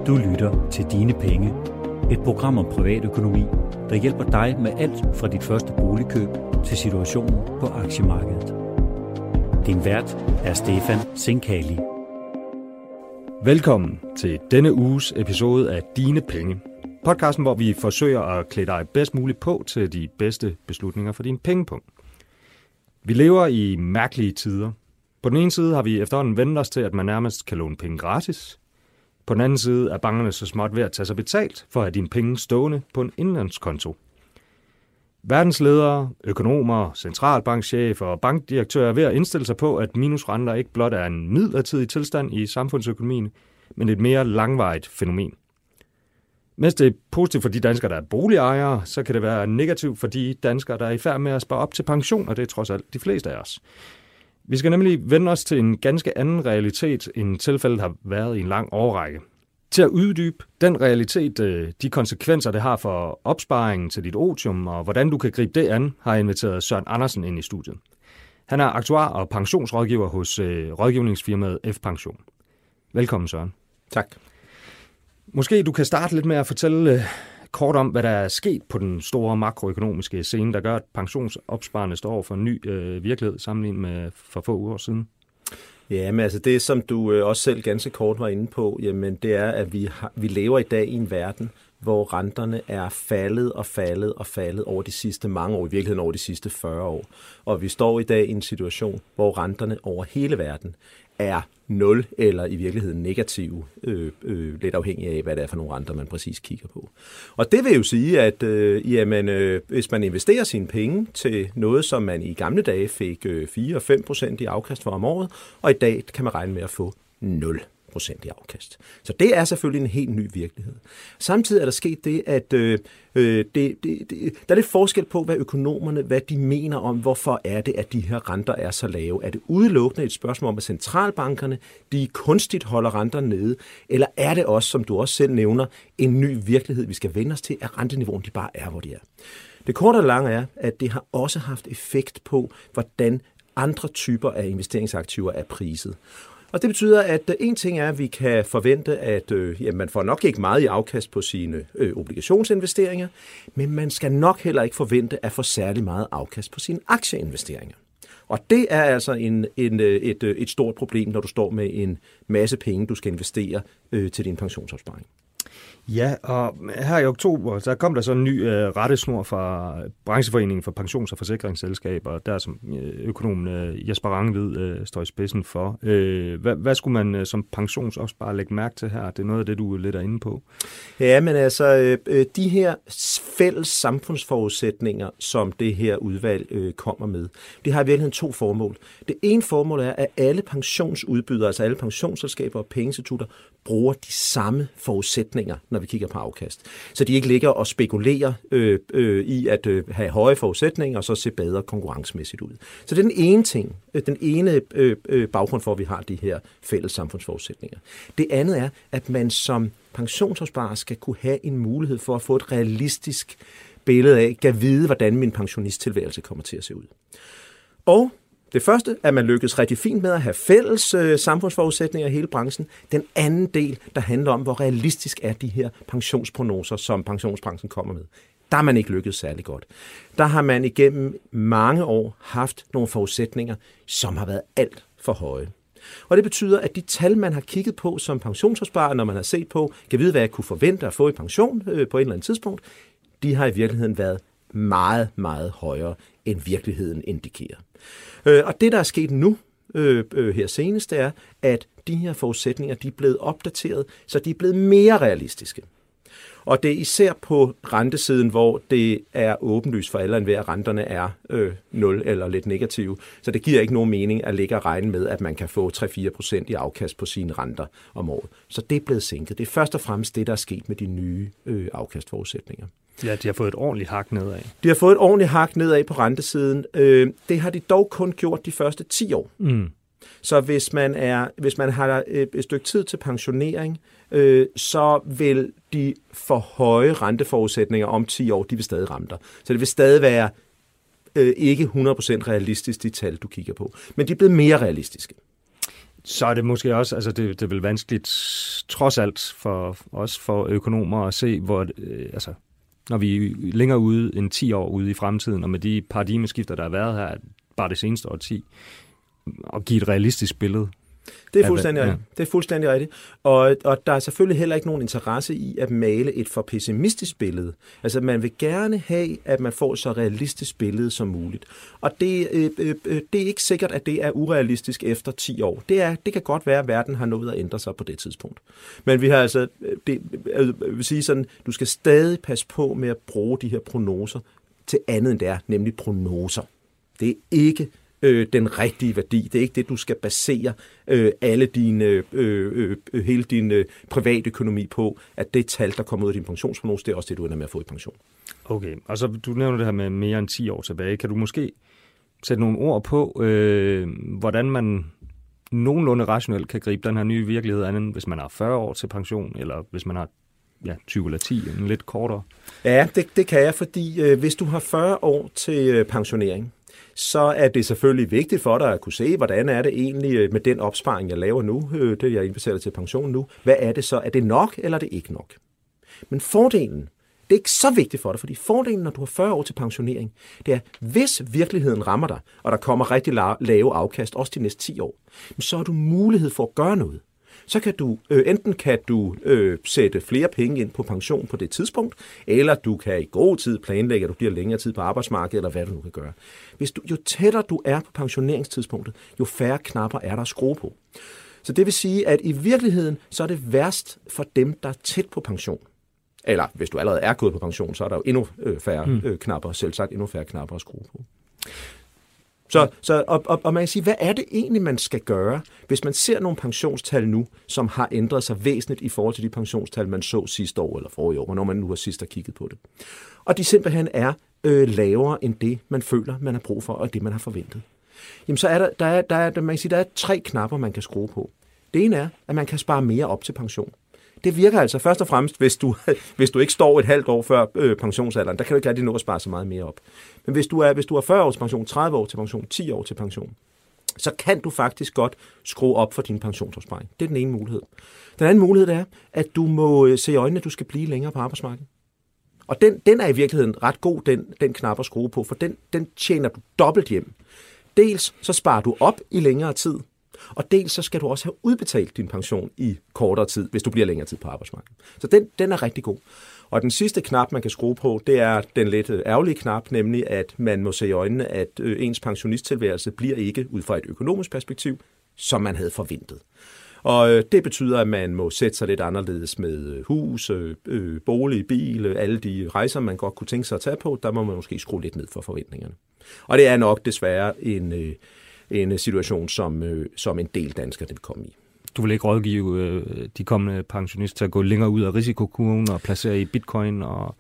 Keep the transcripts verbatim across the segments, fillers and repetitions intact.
Du lytter til Dine Penge, et program om privatøkonomi, der hjælper dig med alt fra dit første boligkøb til situationen på aktiemarkedet. Din vært er Stefan Sinkali. Velkommen til denne uges episode af Dine Penge. Podcasten, hvor vi forsøger at klæde dig bedst muligt på til de bedste beslutninger for din pengepunkt. Vi lever i mærkelige tider. På den ene side har vi efterhånden vendt os til, at man nærmest kan låne penge gratis. På den anden side er bankerne så småt ved at tage sig betalt for at have dine penge stående på en indlånskonto. Verdensledere, økonomer, centralbankchefer og bankdirektører er ved at indstille sig på, at minusrenter ikke blot er en midlertidig tilstand i samfundsøkonomien, men et mere langvarigt fænomen. Mens det er positivt for de danskere, der er boligejere, så kan det være negativt for de danskere, der er i færd med at spare op til pension, og det er trods alt de fleste af os. Vi skal nemlig vende os til en ganske anden realitet, end tilfældet har været i en lang årrække. Til at uddybe den realitet, de konsekvenser, det har for opsparingen til dit otium, og hvordan du kan gribe det an, har jeg inviteret Søren Andersen ind i studiet. Han er aktuar og pensionsrådgiver hos rådgivningsfirmaet F-Pension. Velkommen, Søren. Tak. Måske du kan starte lidt med at fortælle kort om, hvad der er sket på den store makroøkonomiske scene, der gør, at pensionsopsparerne står over for en ny øh, virkelighed sammenlignet med for få uger siden. Ja, men altså det, som du øh, også selv ganske kort var inde på, jamen det er, at vi, har, vi lever i dag i en verden, hvor renterne er faldet og faldet og faldet over de sidste mange år, i virkeligheden over de sidste fyrre år. Og vi står i dag i en situation, hvor renterne over hele verden er nul eller i virkeligheden negative, øh, øh, lidt afhængig af, hvad det er for nogle renter, man præcis kigger på. Og det vil jo sige, at øh, jamen, øh, hvis man investerer sine penge til noget, som man i gamle dage fik øh, fire til fem procent i afkast for om året, og i dag kan man regne med at få nul procent i afkast. Så det er selvfølgelig en helt ny virkelighed. Samtidig er der sket det, at øh, det, det, det, der er lidt forskel på, hvad økonomerne, hvad de mener om, hvorfor er det, at de her renter er så lave. Er det udelukkende et spørgsmål om, at centralbankerne, de kunstigt holder renterne nede, eller er det også, som du også selv nævner, en ny virkelighed, vi skal vende os til, at renteniveauen de bare er, hvor de er. Det korte og lange er, at det har også haft effekt på, hvordan andre typer af investeringsaktiver er priset. Og det betyder, at en ting er, at vi kan forvente, at øh, jamen, man får nok ikke meget i afkast på sine øh, obligationsinvesteringer, men man skal nok heller ikke forvente at få særlig meget afkast på sine aktieinvesteringer. Og det er altså en, en, et, et stort problem, når du står med en masse penge, du skal investere øh, til din pensionsopsparing. Ja, og her i oktober, der kom der så en ny øh, rettesnor fra Brancheforeningen for Pensions- og Forsikringsselskaber, der som øh, økonomen øh, Jesper Rangvid øh, står i spidsen for. Øh, hvad, hvad skulle man øh, som pensionsopsparer lægge mærke til her? Det er noget af det, du er lidt inde på. Ja, men altså, øh, de her fælles samfundsforudsætninger, som det her udvalg øh, kommer med, det har i virkeligheden to formål. Det ene formål er, at alle pensionsudbydere, altså alle pensionsselskaber og pengeinstitutter, bruger de samme forudsætninger, når vi kigger på afkast. Så de ikke ligger og spekulerer øh, øh, i at øh, have høje forudsætninger og så se bedre konkurrencemæssigt ud. Så det er den ene ting, den ene øh, øh, baggrund for, at vi har de her fælles samfundsforudsætninger. Det andet er, at man som pensionsopsparer skal kunne have en mulighed for at få et realistisk billede af, kan vide, hvordan min pensionisttilværelse kommer til at se ud. Og det første er, at man lykkes rigtig fint med at have fælles øh, samfundsforudsætninger i hele branchen. Den anden del, der handler om, hvor realistisk er de her pensionsprognoser, som pensionsbranchen kommer med. Der har man ikke lykkedes særlig godt. Der har man igennem mange år haft nogle forudsætninger, som har været alt for høje. Og det betyder, at de tal, man har kigget på som pensionsopsparer, når man har set på, kan vide, hvad jeg kunne forvente at få i pension øh, på et eller andet tidspunkt, de har i virkeligheden været meget, meget højere, end virkeligheden indikerer. Og det, der er sket nu øh, øh, her senest, er, at de her forudsætninger de er blevet opdateret, så de er blevet mere realistiske. Og det er især på rentesiden, hvor det er åbenlyst for alle, at renterne er øh, nul eller lidt negative. Så det giver ikke nogen mening at ligge og regne med, at man kan få tre til fire procent i afkast på sine renter om året. Så det er blevet sænket. Det er først og fremmest det, der er sket med de nye øh, afkastforudsætninger. Ja, de har fået et ordentligt hak nedad. De har fået et ordentligt hak nedad på rentesiden. Øh, det har de dog kun gjort de første ti år. Mm. Så hvis man, er, hvis man har et stykke tid til pensionering, øh, så vil de for høje renteforudsætninger om ti år, de vil stadig ramme dig. Så det vil stadig være øh, ikke hundrede procent realistisk, de tal, du kigger på. Men de er blevet mere realistiske. så er det måske også, altså det, det er vel vanskeligt, trods alt for os for økonomer at se, hvor, øh, altså, når vi er længere ude end ti år ude i fremtiden, og med de paradigmeskifter, der har været her, bare det seneste årti, og give et realistisk billede. Det er fuldstændig rigtigt. Ja. Det er fuldstændig rigtigt. Og, og der er selvfølgelig heller ikke nogen interesse i at male et for pessimistisk billede. Altså man vil gerne have, at man får så realistisk billede som muligt. Og det, øh, øh, det er ikke sikkert, at det er urealistisk efter ti år. Det, er, det kan godt være, at verden har nået at ændre sig på det tidspunkt. Men vi har altså, det, jeg vil sige sådan, du skal stadig passe på med at bruge de her prognoser til andet end det er, nemlig prognoser. Det er ikke Øh, den rigtige værdi. Det er ikke det, du skal basere øh, alle dine, øh, øh, hele din øh, privatøkonomi på, at det tal, der kommer ud af din pensionsprognose, det er også det, du ender med at få i pension. Okay, og så du nævner det her med mere end ti år tilbage. Kan du måske sætte nogle ord på, øh, hvordan man nogenlunde rationelt kan gribe den her nye virkelighed an, hvis man har fyrre år til pension, eller hvis man har ja, tyve eller ti, en lidt kortere? Ja, det, det kan jeg, fordi øh, hvis du har fyrre år til øh, pensionering, så er det selvfølgelig vigtigt for dig at kunne se, hvordan er det egentlig med den opsparing, jeg laver nu, det jeg investerer til pension nu. Hvad er det så? Er det nok, eller er det ikke nok? Men fordelen, det er ikke så vigtigt for dig, fordi fordelen, når du har fyrre år til pensionering, det er, hvis virkeligheden rammer dig, og der kommer rigtig lave afkast, også de næste ti år, så har du mulighed for at gøre noget. Så kan du, øh, enten kan du øh, sætte flere penge ind på pension på det tidspunkt, eller du kan i god tid planlægge, at du bliver længere tid på arbejdsmarkedet, eller hvad du nu kan gøre. Hvis du, jo tættere du er på pensioneringstidspunktet, jo færre knapper er der at skrue på. Så det vil sige, at i virkeligheden, så er det værst for dem, der er tæt på pension. Eller hvis du allerede er gået på pension, så er der jo endnu færre mm. øh, knapper, selvsagt endnu færre knapper at skrue på. Så, så, og, og, og man kan sige, hvad er det egentlig, man skal gøre, hvis man ser nogle pensionstal nu, som har ændret sig væsentligt i forhold til de pensionstal, man så sidste år eller forrige år, når man nu har sidst har kigget på det. Og de simpelthen er øh, lavere end det, man føler, man har brug for, og det, man har forventet. Jamen så er der, der, er, der, er, man kan sige, der er tre knapper, man kan skrue på. Det ene er, at man kan spare mere op til pension. Det virker altså først og fremmest, hvis du, hvis du ikke står et halvt år før øh, pensionsalderen, der kan du ikke rigtig nå at spare så meget mere op. Men hvis du er, hvis du er fyrre år til pension, tredive år til pension, ti år til pension, så kan du faktisk godt skrue op for din pensionsopsparing. Det er den ene mulighed. Den anden mulighed er, at du må se i øjnene, at du skal blive længere på arbejdsmarkedet. Og den, den er i virkeligheden ret god, den, den knap at skrue på, for den, den tjener du dobbelt hjem. Dels så sparer du op i længere tid, og dels så skal du også have udbetalt din pension i kortere tid, hvis du bliver længere tid på arbejdsmarkedet. Så den, den er rigtig god. Og den sidste knap, man kan skrue på, det er den lidt ærgerlige knap, nemlig at man må se i øjnene, at ens pensionisttilværelse bliver ikke ud fra et økonomisk perspektiv, som man havde forventet. Og det betyder, at man må sætte sig lidt anderledes med hus, øh, bolig, bil, alle de rejser, man godt kunne tænke sig at tage på. Der må man måske skrue lidt ned for forventningerne. Og det er nok desværre en, øh, en situation, som, øh, som en del danskere vil komme i. Du vil ikke rådgive øh, de kommende pensionister til at gå længere ud af risikokurven og placere i bitcoin? Og...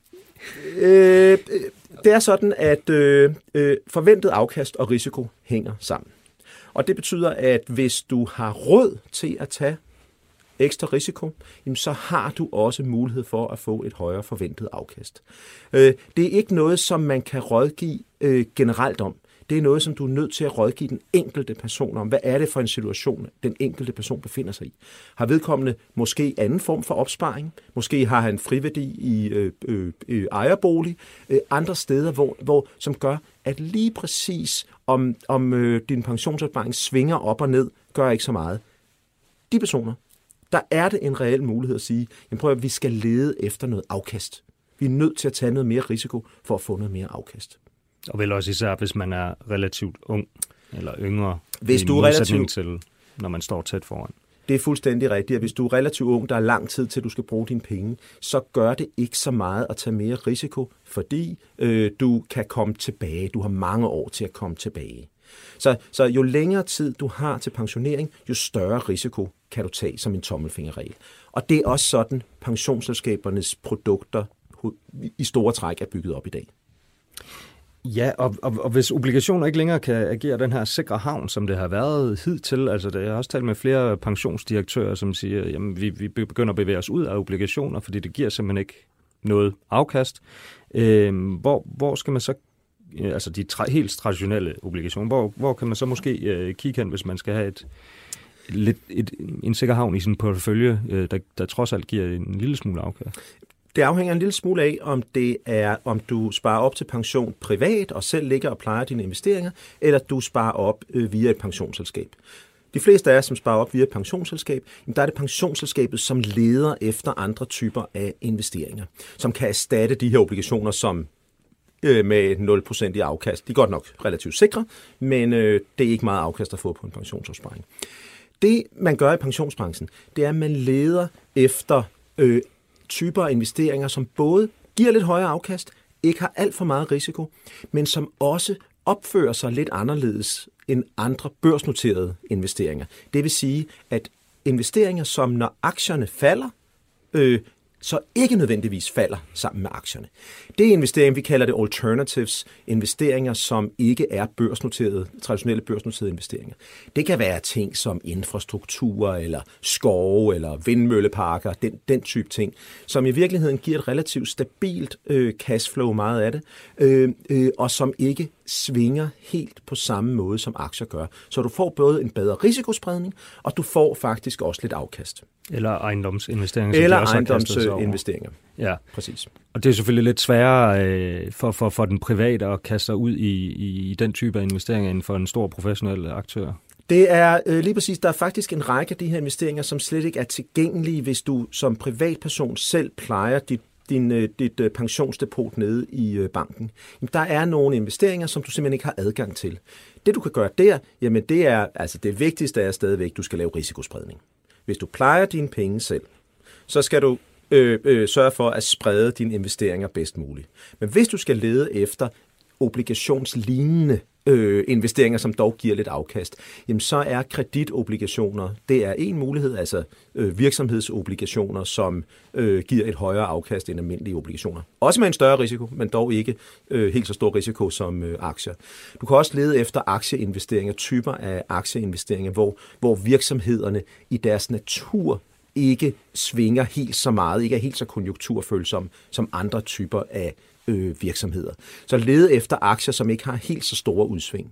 Øh, det er sådan, at øh, øh, forventet afkast og risiko hænger sammen. Og det betyder, at hvis du har råd til at tage ekstra risiko, jamen så har du også mulighed for at få et højere forventet afkast. Øh, det er ikke noget, som man kan rådgive øh, generelt om. Det er noget, som du er nødt til at rådgive den enkelte person om. Hvad er det for en situation, den enkelte person befinder sig i? Har vedkommende måske anden form for opsparing? Måske har han friværdi i øh, øh, øh, ejerbolig? Øh, andre steder, hvor, hvor, som gør, at lige præcis om, om øh, din pensionsopsparing svinger op og ned, gør ikke så meget. De personer, der er det en reel mulighed at sige, jamen prøv at vi skal lede efter noget afkast. Vi er nødt til at tage noget mere risiko for at få noget mere afkast. Og vel også især, hvis man er relativt ung eller yngre, hvis du er relativt til, når man står tæt foran. Det er fuldstændig rigtigt, at hvis du er relativt ung, der er lang tid til, du skal bruge dine penge, så gør det ikke så meget at tage mere risiko, fordi øh, du kan komme tilbage. Du har mange år til at komme tilbage. Så, så jo længere tid du har til pensionering, jo større risiko kan du tage som en tommelfingerregel. Og det er også sådan, pensionsselskabernes produkter i store træk er bygget op i dag. Ja, og, og, og hvis obligationer ikke længere kan agere den her sikre havn, som det har været hidtil, altså det, jeg har også talt med flere pensionsdirektører, som siger, jamen vi, vi begynder at bevæge os ud af obligationer, fordi det giver simpelthen ikke noget afkast. Øh, hvor, hvor skal man så, altså de tra- helt traditionelle obligationer, hvor, hvor kan man så måske øh, kigge hen, hvis man skal have et, lidt et, en sikker havn i sin portefølje, øh, der, der trods alt giver en lille smule afkast? Det afhænger en lille smule af, om det er, om du sparer op til pension privat og selv ligger og plejer dine investeringer, eller du sparer op øh, via et pensionsselskab. De fleste af jer, som sparer op via et pensionsselskab, der er det pensionsselskabet, som leder efter andre typer af investeringer, som kan erstatte de her obligationer, som øh, med nul procent i afkast. De er godt nok relativt sikre, men øh, det er ikke meget afkast at få på en pensionsopsparing. Det, man gør i pensionsbranchen, det er, at man leder efter øh, typer af investeringer, som både giver lidt højere afkast, ikke har alt for meget risiko, men som også opfører sig lidt anderledes end andre børsnoterede investeringer. Det vil sige, at investeringer, som når aktierne falder, øh, så ikke nødvendigvis falder sammen med aktierne. Det er investeringer, vi kalder det alternatives, investeringer, som ikke er børsnoterede, traditionelle børsnoterede investeringer. Det kan være ting som infrastruktur, eller skove, eller vindmølleparker, den, den type ting, som i virkeligheden giver et relativt stabilt øh, cashflow, meget af det, øh, øh, og som ikke svinger helt på samme måde, som aktier gør. Så du får både en bedre risikospredning, og du får faktisk også lidt afkast. Eller ejendomsinvesteringer. Eller ejendomsinvesteringer. Ja, præcis. Og det er selvfølgelig lidt sværere øh, for, for, for den private at kaste sig ud i, i, i den type af investeringer end for en stor professionel aktør. Det er øh, lige præcis, der er faktisk en række af de her investeringer, som slet ikke er tilgængelige, hvis du som privatperson selv plejer dit din, dit uh, pensionsdepot nede i uh, banken. Jamen, der er nogle investeringer, som du simpelthen ikke har adgang til. Det du kan gøre der, jamen det er, altså det vigtigste er stadigvæk, du skal lave risikospredning. Hvis du plejer dine penge selv, så skal du øh, øh, sørge for at sprede dine investeringer bedst muligt. Men hvis du skal lede efter obligationslignende øh, investeringer, som dog giver lidt afkast, jamen så er kreditobligationer, det er en mulighed, altså øh, virksomhedsobligationer, som øh, giver et højere afkast end almindelige obligationer. Også med en større risiko, men dog ikke øh, helt så stor risiko som øh, aktier. Du kan også lede efter aktieinvesteringer, typer af aktieinvesteringer, hvor, hvor virksomhederne i deres natur ikke svinger helt så meget, ikke er helt så konjunkturfølsomme som andre typer af øh, virksomheder. Så lede efter aktier, som ikke har helt så store udsving.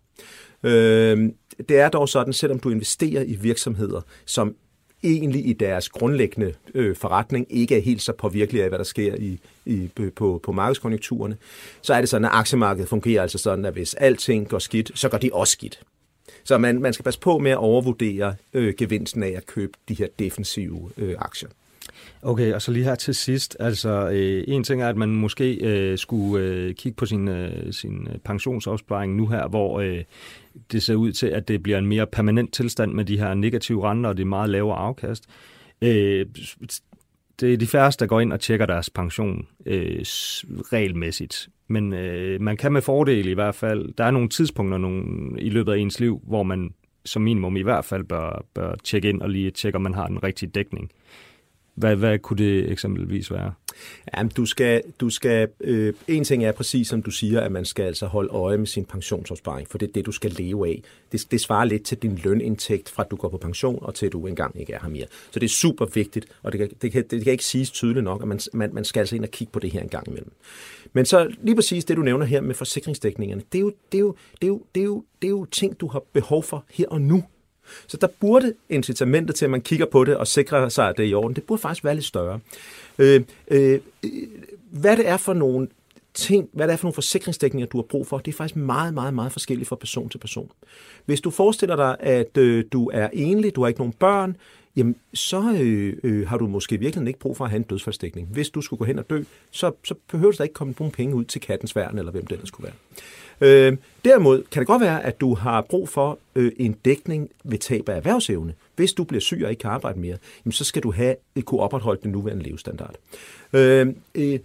Øh, det er dog sådan, selvom du investerer i virksomheder, som egentlig i deres grundlæggende øh, forretning ikke er helt så påvirkelige af, hvad der sker i, i, på, på markedskonjunkturerne, så er det sådan, at aktiemarkedet fungerer altså sådan, at hvis alting går skidt, så går de også skidt. Så man, man skal passe på med at overvurdere øh, gevinsten af at købe de her defensive øh, aktier. Okay, og så lige her til sidst, altså øh, en ting er, at man måske øh, skulle øh, kigge på sin, øh, sin pensionsopsparing nu her, hvor øh, det ser ud til, at det bliver en mere permanent tilstand med de her negative renter og det meget lavere afkast. Øh, det er de færreste, der går ind og tjekker deres pension øh, regelmæssigt. Men øh, man kan med fordel i hvert fald, der er nogle tidspunkter nogle, i løbet af ens liv, hvor man som minimum i hvert fald bør, bør tjekke ind og lige tjekke, om man har den rigtige dækning. Hvad, hvad kunne det eksempelvis være? Jamen, du skal, du skal, øh, en ting er præcis, som du siger, at man skal altså holde øje med sin pensionsopsparing, for det er det, du skal leve af. Det, det svarer lidt til din lønindtægt, fra at du går på pension, og til at du engang ikke er her mere. Så det er super vigtigt, og det kan, det kan, det kan ikke siges tydeligt nok, at man, man, man skal altså ind og kigge på det her en gang imellem. Men så lige præcis det, du nævner her med forsikringsdækningerne, det er jo, det er jo, det er jo, det er jo, det er jo ting, du har behov for her og nu. Så der burde incitamentet til, at man kigger på det og sikrer sig, at det er i orden, det burde faktisk være lidt større. Øh, øh, hvad det er for nogle ting, hvad det er for nogle forsikringsdækninger, du har brug for, det er faktisk meget, meget, meget forskelligt fra person til person. Hvis du forestiller dig, at øh, du er enlig, du har ikke nogen børn, jamen så øh, øh, har du måske virkelig ikke brug for at have en dødsfaldsdækning. Hvis du skulle gå hen og dø, så, så behøver der ikke komme nogle penge ud til kattens værn, eller hvem det ellers skulle være. Øh, derimod kan det godt være, at du har brug for øh, en dækning ved tab af erhvervsevne. Hvis du bliver syg og ikke kan arbejde mere, jamen, så skal du have kunne opretholde den nuværende levestandard. Øh, øh,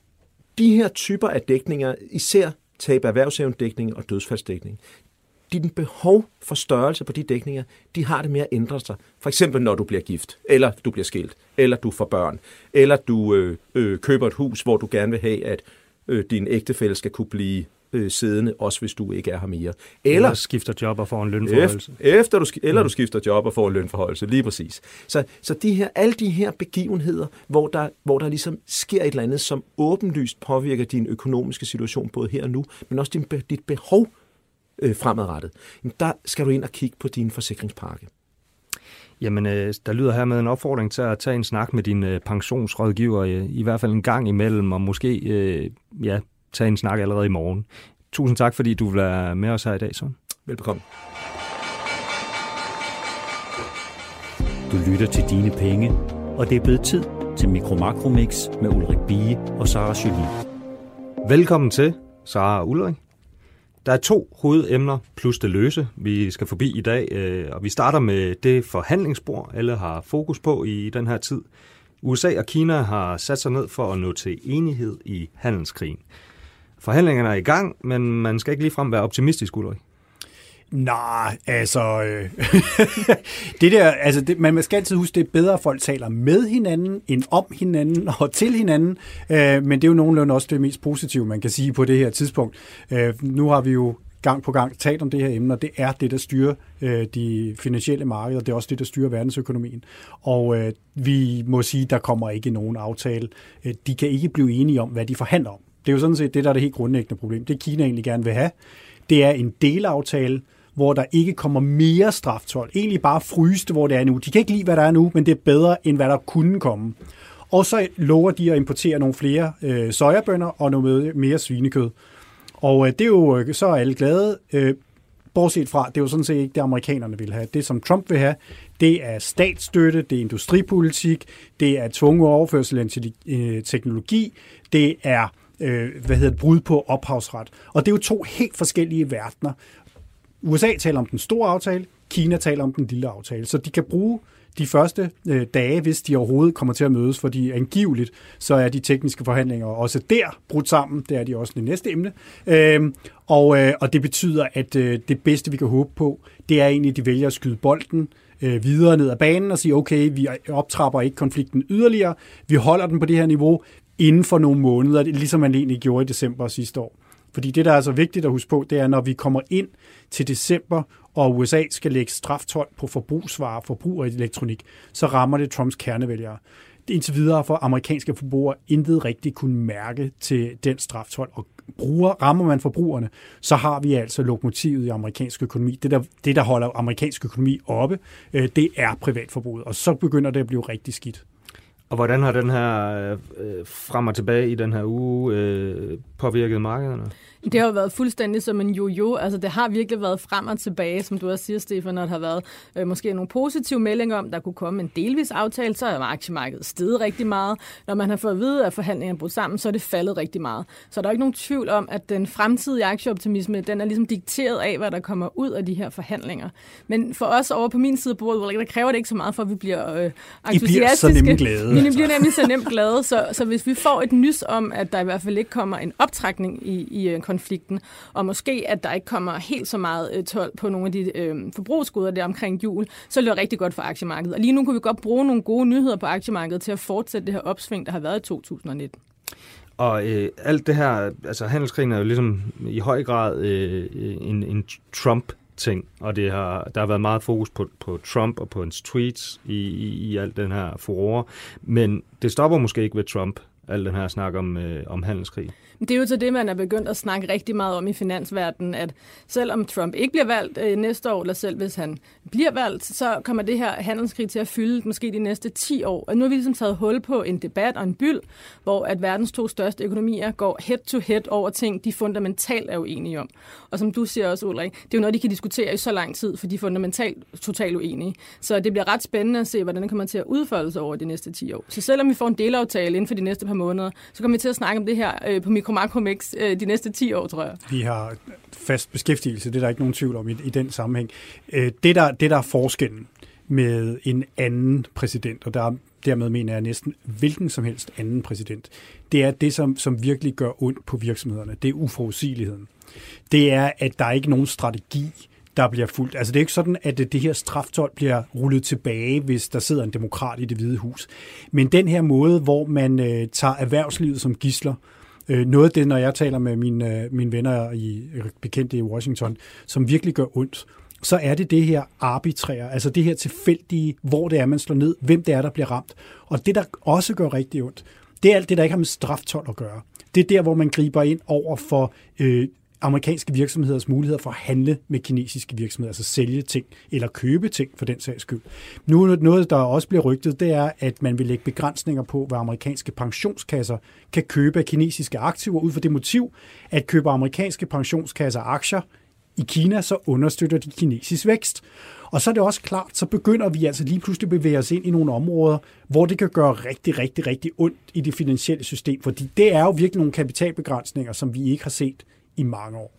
de her typer af dækninger, især tab af erhvervsevnedækning og dødsfaldsdækning, din behov for størrelse på de dækninger, de har det med at ændre sig. For eksempel når du bliver gift, eller du bliver skilt, eller du får børn, eller du øh, øh, køber et hus, hvor du gerne vil have, at øh, din ægtefælle skal kunne blive øh, siddende, også hvis du ikke er her mere. Eller, eller skifter job og får en lønforhøjelse. Efter du, eller du skifter job og får en lønforhøjelse, lige præcis. Så, så de her, alle de her begivenheder, hvor der, hvor der ligesom sker et eller andet, som åbenlyst påvirker din økonomiske situation, både her og nu, men også din, dit behov øh, fremadrettet, der skal du ind og kigge på din forsikringspakke. Jamen, øh, der lyder her med en opfordring til at tage en snak med din øh, pensionsrådgiver, øh, i hvert fald en gang imellem, og måske øh, ja, tage en snak allerede i morgen. Tusind tak, fordi du vil være med os her i dag, Søren. Velbekomme. Du lytter til Dine Penge, og det er blevet tid til Mikro Makro Mix med Ulrik Bie og Sara Jolie. Velkommen til, Sara og Ulrik. Der er to hovedemner plus det løse, vi skal forbi i dag, og vi starter med det forhandlingsbord, alle har fokus på i den her tid. U S A og Kina har sat sig ned for at nå til enighed i handelskrigen. Forhandlingerne er i gang, men man skal ikke ligefrem være optimistisk, Ulrik. Nej, altså, øh, det der, altså det, man skal altid huske, det er bedre, at folk taler med hinanden, end om hinanden og til hinanden, øh, men det er jo nogenlunde også det mest positive, man kan sige på det her tidspunkt. Øh, nu har vi jo gang på gang talt om det her emne, og det er det, der styrer øh, de finansielle markeder, det er også det, der styrer verdensøkonomien. Og øh, vi må sige, der kommer ikke nogen aftale. Øh, de kan ikke blive enige om, hvad de forhandler om. Det er jo sådan set det, der er det helt grundlæggende problem. Det Kina egentlig gerne vil have, det er en delaftale, hvor der ikke kommer mere straftold. Egentlig bare fryste, hvor det er nu. De kan ikke lide, hvad der er nu, men det er bedre, end hvad der kunne komme. Og så lover de at importere nogle flere øh, sojabønner og noget mere svinekød. Og øh, det er jo, så er alle glade, øh, bortset fra, det er jo sådan set ikke det, amerikanerne vil have. Det, som Trump vil have, det er statsstøtte, det er industripolitik, det er tvunget overførsel af teknologi, det er øh, hvad hedder det, brud på ophavsret. Og det er jo to helt forskellige verdener. U S A taler om den store aftale, Kina taler om den lille aftale, så de kan bruge de første øh, dage, hvis de overhovedet kommer til at mødes, fordi angiveligt, så er de tekniske forhandlinger også der brudt sammen, det er de også det næste emne, øhm, og, øh, og det betyder, at øh, det bedste, vi kan håbe på, det er egentlig, at de vælger at skyde bolden øh, videre ned ad banen og sige, okay, vi optrapper ikke konflikten yderligere, vi holder den på det her niveau inden for nogle måneder, ligesom man egentlig gjorde i december sidste år. Fordi det, der er altså vigtigt at huske på, det er, når vi kommer ind til december, og U S A skal lægge straftold på forbrugsvarer, forbrug og elektronik, så rammer det Trumps kernevælgere. Indtil videre for amerikanske forbrugere intet rigtig kunne mærke til den straftold. Og bruger, rammer man forbrugerne, så har vi altså lokomotivet i amerikansk økonomi. Det der, det, der holder amerikansk økonomi oppe, det er privatforbruget. Og så begynder det at blive rigtig skidt. Og hvordan har den her øh, frem og tilbage i den her uge øh, påvirket markederne? Det har jo været fuldstændig som en jojo. Altså, det har virkelig været frem og tilbage, som du også siger, Stefan, når der har været øh, måske nogle positive meldinger om, der kunne komme en delvis aftale, så er aktiemarkedet steget rigtig meget. Når man har fået at vide, at forhandlingerne er brudt sammen, så er det faldet rigtig meget. Så der er ikke nogen tvivl om, at den fremtidige aktieoptimisme, den er ligesom dikteret af, hvad der kommer ud af de her forhandlinger. Men for os over på min side af bordet, der kræver det ikke så meget for, at vi bliver øh, entusiastiske. I bliver så nemt glade. Men I bliver nemlig så nemt glade, så, så hvis vi får et nys om, at der i hvert fald ikke kommer en optrækning i, i konflikten, og måske, at der ikke kommer helt så meget øh, told på nogle af de øh, forbrugsgoder der omkring jul, så er det rigtig godt for aktiemarkedet. Og lige nu kunne vi godt bruge nogle gode nyheder på aktiemarkedet til at fortsætte det her opsving, der har været i to tusind og nitten. Og øh, alt det her, altså handelskrigen er jo ligesom i høj grad øh, en, en Trump-ting, og det har, der har været meget fokus på, på Trump og på hans tweets i, i, i alt den her furore, men det stopper måske ikke ved Trump, al den her snak om, øh, om handelskrig. Det er jo så det, man er begyndt at snakke rigtig meget om i finansverdenen, at selvom Trump ikke bliver valgt øh, næste år, eller selv hvis han bliver valgt, så kommer det her handelskrig til at fylde måske de næste ti år. Og nu har vi ligesom taget hul på en debat og en byld, hvor at verdens to største økonomier går head-to-head over ting, de fundamentalt er uenige om. Og som du siger også, Ulrik, det er jo noget, de kan diskutere i så lang tid, for de er fundamentalt totalt uenige. Så det bliver ret spændende at se, hvordan det kommer til at udfolde sig over de næste ti år. Så selvom vi får en delaftale inden for de næste par måneder, så kommer vi til at snakke om det her øh, på Mikro Makro Mix øh, de næste ti år, tror jeg. Vi har fast beskæftigelse, det er der ikke nogen tvivl om i, i den sammenhæng. Øh, det, der, det, der er forskellen med en anden præsident, og der, dermed mener jeg næsten hvilken som helst anden præsident, det er det, som, som virkelig gør ondt på virksomhederne. Det er uforudsigeligheden. Det er, at der er ikke nogen strategi, der bliver fuldt. Altså det er ikke sådan, at det her straftold bliver rullet tilbage, hvis der sidder en demokrat i Det Hvide Hus. Men den her måde, hvor man øh, tager erhvervslivet som gidsler, øh, noget af det, når jeg taler med mine, mine venner i bekendte i Washington, som virkelig gør ondt, så er det det her arbitrære, altså det her tilfældige, hvor det er, man slår ned, hvem det er, der bliver ramt. Og det, der også gør rigtig ondt, det er alt det, der ikke har med straftold at gøre. Det er der, hvor man griber ind over for øh, amerikanske virksomheders muligheder for at handle med kinesiske virksomheder, altså sælge ting eller købe ting for den sags skyld. Nu er noget, der også bliver rygtet, det er, at man vil lægge begrænsninger på, hvad amerikanske pensionskasser kan købe af kinesiske aktiver, ud fra det motiv, at købe amerikanske pensionskasser aktier i Kina, så understøtter de kinesisk vækst. Og så er det også klart, så begynder vi altså lige pludselig at bevæge os ind i nogle områder, hvor det kan gøre rigtig, rigtig, rigtig ondt i det finansielle system, fordi det er jo virkelig nogle kapitalbegrænsninger, som vi ikke har set i mange år.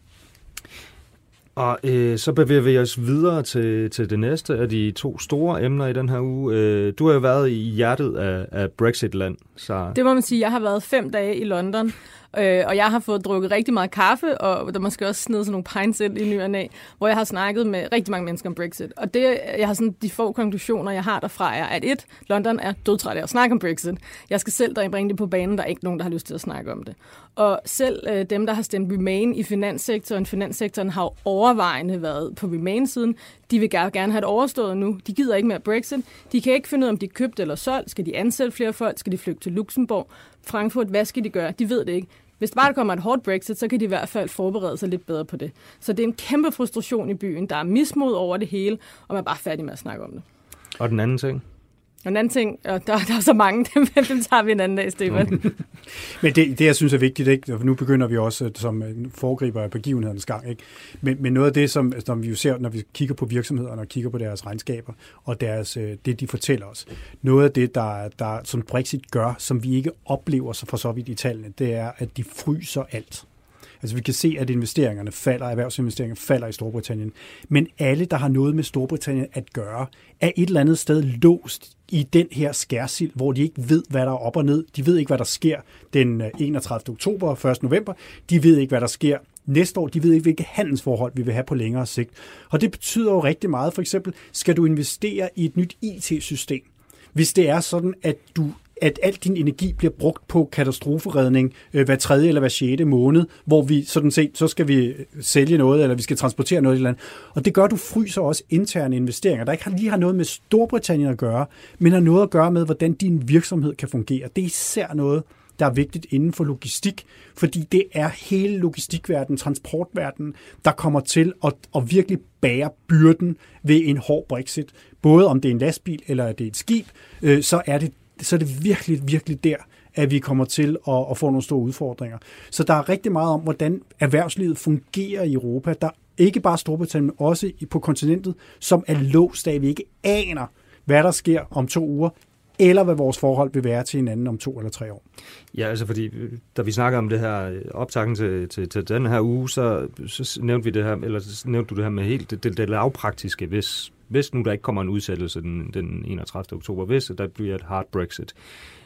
Og øh, så bevæger vi os videre til, til det næste af de to store emner i den her uge. Øh, du har jo været i hjertet af, af Brexit-land. Så... Det må man sige. Jeg har været fem dage i London, øh, og jeg har fået drukket rigtig meget kaffe, og der måske også snedet sådan nogle pints ind i ny og næ, hvor jeg har snakket med rigtig mange mennesker om Brexit. Og det, jeg har sådan, de få konklusioner, jeg har derfra, er, at et, London er dødtræt af at snakke om Brexit. Jeg skal selv der bringe det på banen, der er ikke nogen, der har lyst til at snakke om det. Og selv øh, dem, der har stemt Remain i finanssektoren, finanssektoren har jo overvejende været på Remain-siden. De vil gerne, gerne have det overstået nu. De gider ikke mere Brexit. De kan ikke finde ud af, om de er købt eller solgt. Skal de ansætte flere folk? Skal de flygte til Luxembourg? Frankfurt, hvad skal de gøre? De ved det ikke. Hvis der bare der kommer et hårdt Brexit, så kan de i hvert fald forberede sig lidt bedre på det. Så det er en kæmpe frustration i byen. Der er mismod over det hele, og man er bare færdig med at snakke om det. Og den anden ting? Og en anden ting, og der, der er så mange, dem, dem tager vi en anden dag, Stefan. Okay. Men det, det, jeg synes er vigtigt, ikke? Nu begynder vi også som foregriber af begivenhedernes gang, ikke? Men, men noget af det, som, som vi jo ser, når vi kigger på virksomhederne og kigger på deres regnskaber og deres, det, de fortæller os, noget af det, der, der, som Brexit gør, som vi ikke oplever så for så vidt i tallene, det er, at de fryser alt. Altså vi kan se, at investeringerne falder, erhvervsinvesteringerne falder i Storbritannien. Men alle, der har noget med Storbritannien at gøre, er et eller andet sted låst i den her skærsild, hvor de ikke ved, hvad der er op og ned. De ved ikke, hvad der sker den enogtredivte oktober og første november. De ved ikke, hvad der sker næste år. De ved ikke, hvilke handelsforhold vi vil have på længere sigt. Og det betyder jo rigtig meget. For eksempel, skal du investere i et nyt I T-system, hvis det er sådan, at du at al din energi bliver brugt på katastroferedning øh, hver tredje eller hver sjette måned, hvor vi sådan set, så skal vi sælge noget, eller vi skal transportere noget eller andet. Og det gør, at du fryser også interne investeringer, der ikke lige har noget med Storbritannien at gøre, men har noget at gøre med, hvordan din virksomhed kan fungere. Det er især noget, der er vigtigt inden for logistik, fordi det er hele logistikverdenen, transportverdenen, der kommer til at, at virkelig bære byrden ved en hård Brexit. Både om det er en lastbil eller det er et skib, øh, så er det så er det virkelig, virkelig der, at vi kommer til at, at få nogle store udfordringer. Så der er rigtig meget om, hvordan erhvervslivet fungerer i Europa. Der er ikke bare Storbritannien, men også på kontinentet, som er låst af, vi ikke aner, hvad der sker om to uger, eller hvad vores forhold vil være til hinanden om to eller tre år. Ja, altså fordi, da vi snakker om det her optakten til, til, til den her uge, så, så nævnte vi det her, eller så nævnte du det her med helt det, det, det lavpraktiske, hvis, hvis nu der ikke kommer en udsættelse den, den enogtredivte oktober, hvis der bliver et hard Brexit.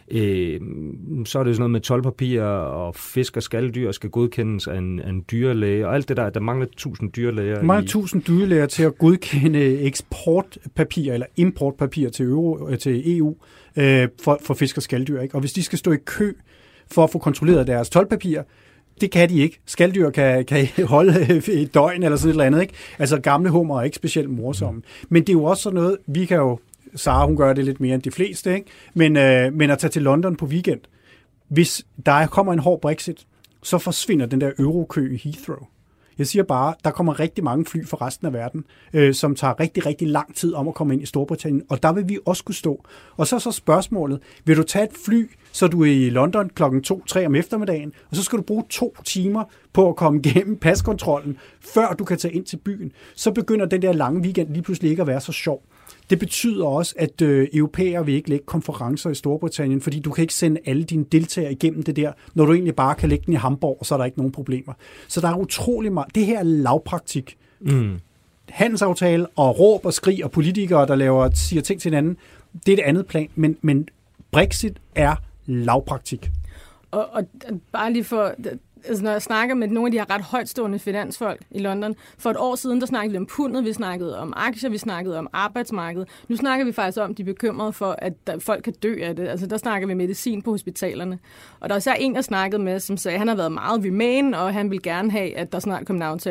Øh, så er det sådan noget med toldpapirer og fisk og skaldyr skal godkendes af en, af en dyrlæge, og alt det der, der mangler tusind dyrlæger. Der mangler tusind dyrlæger til at godkende eksportpapir eller importpapir til, Euro, til E U øh, for, for fisk og skaldyr. Ikke? Og hvis de skal stå i kø for at få kontrolleret deres toldpapir, det kan de ikke. Skaldyr kan, kan holde et døgn eller sådan et eller andet. Ikke? Altså gamle hummer er ikke specielt morsomme. Men det er jo også sådan noget, vi kan jo Sara, hun gør det lidt mere end de fleste, ikke? Men, øh, men at tage til London på weekend, hvis der kommer en hård Brexit, så forsvinder den der eurokø i Heathrow. Jeg siger bare, der kommer rigtig mange fly fra resten af verden, øh, som tager rigtig, rigtig lang tid om at komme ind i Storbritannien, og der vil vi også kunne stå. Og så så spørgsmålet, vil du tage et fly, så du er i London klokken to tre om eftermiddagen, og så skal du bruge to timer på at komme gennem paskontrollen, før du kan tage ind til byen. Så begynder den der lange weekend lige pludselig ikke at være så sjov. Det betyder også, at øh, europæere vil ikke lægge konferencer i Storbritannien, fordi du kan ikke sende alle dine deltagere igennem det der, når du egentlig bare kan lægge den i Hamburg, og så er der ikke nogen problemer. Så der er utrolig meget. Det her er lavpraktik. Mm. Handelsaftale og råb og skrig og politikere, der laver, siger ting til hinanden, det er et andet plan, men, men Brexit er lavpraktik. Og, og bare lige for... Altså, når jeg snakker med nogle af de her ret højtstående finansfolk i London, for et år siden, der snakkede vi om pundet, vi snakkede om aktier, vi snakkede om arbejdsmarkedet. Nu snakker vi faktisk om, at de er bekymrede for, at der, folk kan dø af det. Altså, der snakker vi medicin på hospitalerne. Og der er så en, jeg snakkede med, som sagde, at han har været meget Remain, og han vil gerne have, at der snart kommer en aftale.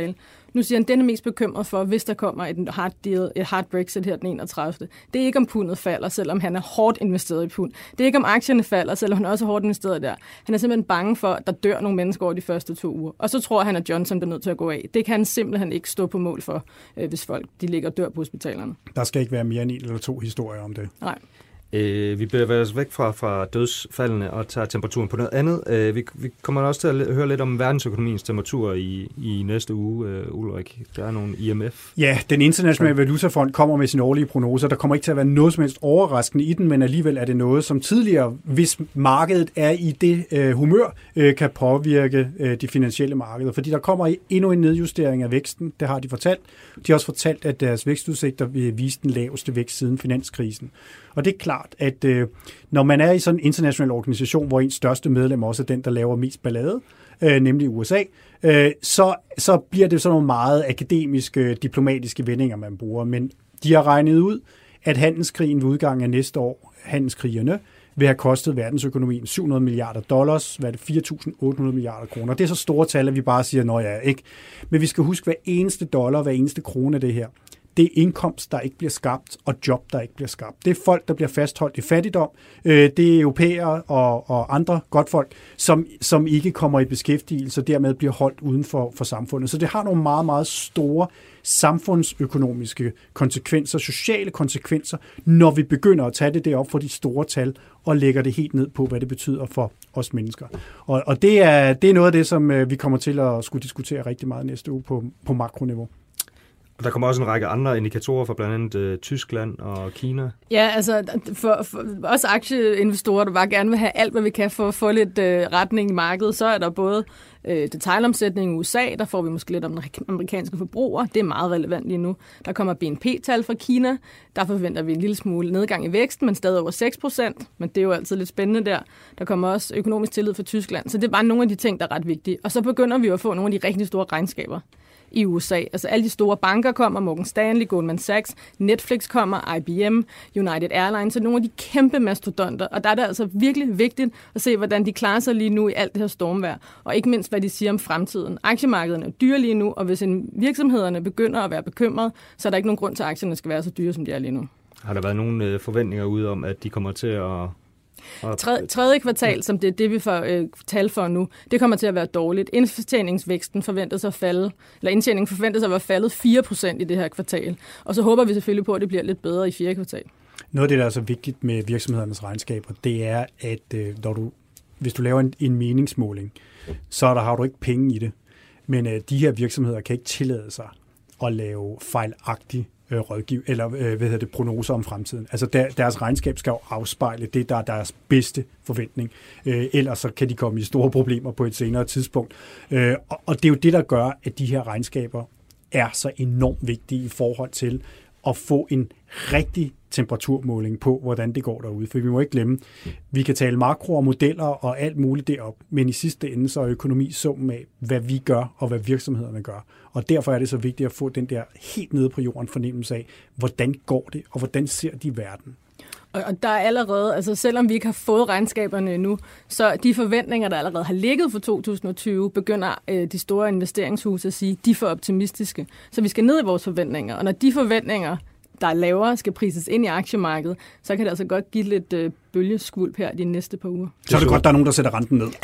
Nu siger han, at den er mest bekymret for, hvis der kommer et hard deal, et hard Brexit her den enogtredivte Det er ikke om pundet falder, selvom han er hårdt investeret i pund. Det er ikke om aktierne falder, selvom han også er hårdt investeret der. Han er simpelthen bange for, at der dør nogle mennesker over de første to uger. Og så tror han, at Johnson er nødt til at gå af. Det kan han simpelthen ikke stå på mål for, hvis folk de ligger og dør på hospitalerne. Der skal ikke være mere end en eller to historier om det. Nej. Øh, vi bevæger os væk fra, fra dødsfaldene og tager temperaturen på noget andet. Øh, vi, vi kommer også til at høre lidt om verdensøkonomiens temperatur i, i næste uge, øh, Ulrik. Der er nogle I M F. Ja, den internationale valutafond kommer med sine årlige prognoser. Der kommer ikke til at være noget som helst overraskende i den, men alligevel er det noget, som tidligere, hvis markedet er i det øh, humør, øh, kan påvirke øh, de finansielle markeder. Fordi der kommer endnu en nedjustering af væksten, det har de fortalt. De har også fortalt, at deres vækstudsigter vil vise den laveste vækst siden finanskrisen. Og det er klart, at øh, når man er i sådan en international organisation, hvor ens største medlem også er den, der laver mest ballade, øh, nemlig U S A, øh, så, så bliver det sådan nogle meget akademiske, diplomatiske vendinger, man bruger. Men de har regnet ud, at handelskrigen ved udgangen af næste år, handelskrigerne, vil have kostet verdensøkonomien syv hundrede milliarder dollars, hvad er det, fire tusind otte hundrede milliarder kroner. Det er så store tal, at vi bare siger, nå ja, ikke. Men vi skal huske, hver eneste dollar, hver eneste krone af det her, det er indkomst, der ikke bliver skabt, og job, der ikke bliver skabt. Det er folk, der bliver fastholdt i fattigdom. Det er europæere og, og andre godtfolk, som, som ikke kommer i beskæftigelse, og dermed bliver holdt uden for, for samfundet. Så det har nogle meget, meget store samfundsøkonomiske konsekvenser, sociale konsekvenser, når vi begynder at tage det derop for de store tal, og lægger det helt ned på, hvad det betyder for os mennesker. Og, og det, er, det er noget af det, som vi kommer til at skulle diskutere rigtig meget næste uge på, på makroniveau. Og der kommer også en række andre indikatorer fra blandt andet øh, Tyskland og Kina. Ja, altså for, for os aktieinvestorer, der bare gerne vil have alt, hvad vi kan for at få lidt øh, retning i markedet, så er der både øh, detailomsætning i U S A, der får vi måske lidt om den amerikanske forbrugere. Det er meget relevant lige nu. Der kommer B N P-tal fra Kina. Der forventer vi en lille smule nedgang i væksten, men stadig over seks procent. Men det er jo altid lidt spændende der. Der kommer også økonomisk tillid fra Tyskland. Så det er bare nogle af de ting, der er ret vigtige. Og så begynder vi jo at få nogle af de rigtig store regnskaber i U S A. Altså alle de store banker kommer, Morgan Stanley, Goldman Sachs, Netflix kommer, I B M, United Airlines, så nogle af de kæmpe mastodonter. Og der er det altså virkelig vigtigt at se, hvordan de klarer sig lige nu i alt det her stormvejr, og ikke mindst, hvad de siger om fremtiden. Aktiemarkederne er dyre lige nu, og hvis en virksomhederne begynder at være bekymrede, så er der ikke nogen grund til, at aktierne skal være så dyre, som de er lige nu. Har der været nogle forventninger ude om, at de kommer til at... Tredje, tredje kvartal, som det er det, vi får øh, tal for nu, det kommer til at være dårligt. Indtjeningsvæksten forventes at falde, eller indtjeningen forventes at være faldet fire procent i det her kvartal. Og så håber vi selvfølgelig på, at det bliver lidt bedre i fjerde kvartal. Noget af det, der er så vigtigt med virksomhedernes regnskaber, det er, at øh, når du, hvis du laver en, en meningsmåling, så der har du ikke penge i det. Men øh, de her virksomheder kan ikke tillade sig at lave fejlagtige rådgiv, eller øh, hvad hedder det, prognoser om fremtiden. Altså der, deres regnskab skal jo afspejle det, der er deres bedste forventning. Øh, ellers så kan de komme i store problemer på et senere tidspunkt. Øh, og, og det er jo det, der gør, at de her regnskaber er så enormt vigtige i forhold til at få en rigtig temperaturmåling på, hvordan det går derude. For vi må ikke glemme, vi kan tale makro og modeller og alt muligt derop, men i sidste ende så er økonomi summen af, hvad vi gør og hvad virksomhederne gør. Og derfor er det så vigtigt at få den der helt nede på jorden fornemmelse af, hvordan går det, og hvordan ser de verden. Og der er allerede, altså selvom vi ikke har fået regnskaberne endnu, så de forventninger, der allerede har ligget for to tusind og tyve, begynder øh, de store investeringshuse at sige, de er for optimistiske. Så vi skal ned i vores forventninger, og når de forventninger, der er lavere, skal prises ind i aktiemarkedet, så kan det altså godt give lidt øh, bølgeskvulp her de næste par uger. Så er det godt, der er nogen, der sætter renten ned.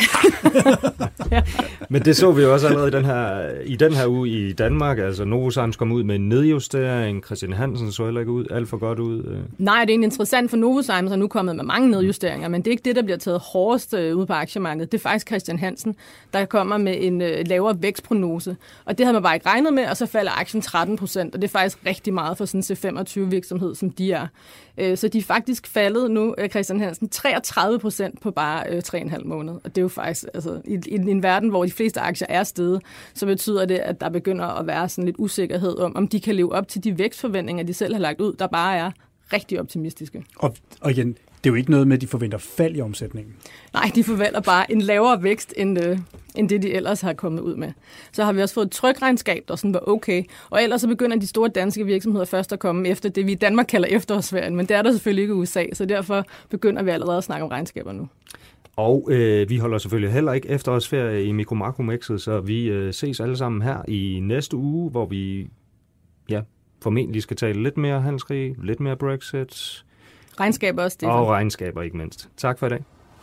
Ja. Men det så vi jo også allerede i den her, i den her uge i Danmark. Altså Novozymes kom ud med en nedjustering. Christian Hansen så heller ikke ud, alt for godt ud. Nej, det er egentlig interessant for Novozymes er nu kommet med mange nedjusteringer, men det er ikke det, der bliver taget hårdest ude på aktiemarkedet. Det er faktisk Christian Hansen, der kommer med en øh, lavere vækstprognose. Og det havde man bare ikke regnet med, og så falder aktien tretten procent, og det er faktisk rigtig meget for sådan en C femogtyve virksomhed, som de er. Øh, så de er faktisk faldet nu, Christian Hansen, treogtredive procent på bare øh, tre og en halv måned. Og det er jo faktisk, altså, i, i en verden, hvor de fleste aktier er steget, så betyder det, at der begynder at være sådan lidt usikkerhed om, om de kan leve op til de vækstforventninger, de selv har lagt ud, der bare er rigtig optimistiske. Og, og igen, det er jo ikke noget med, at de forventer fald i omsætningen. Nej, de forventer bare en lavere vækst, end, øh, end det, de ellers har kommet ud med. Så har vi også fået et trykregnskab, der sådan var okay. Og ellers så begynder de store danske virksomheder først at komme efter det, vi i Danmark kalder efterårsferien. Men det er der selvfølgelig ikke i U S A, så derfor begynder vi allerede at snakke om regnskaber nu. Og øh, vi holder selvfølgelig heller ikke efterårsferie i Mikro-Makro-mixet, så vi øh, ses alle sammen her i næste uge, hvor vi ja, formentlig skal tale lidt mere handelskrig, lidt mere Brexit. Regnskaber også, Stefan. Og regnskaber ikke mindst. Tak for i dag.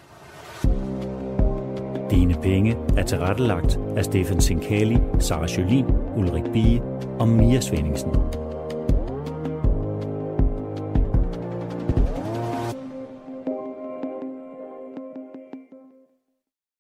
Dine penge er tilrettelagt af Stefan Sinkali, Sarah Jolin, Ulrik Bie og Mia Svenningsen.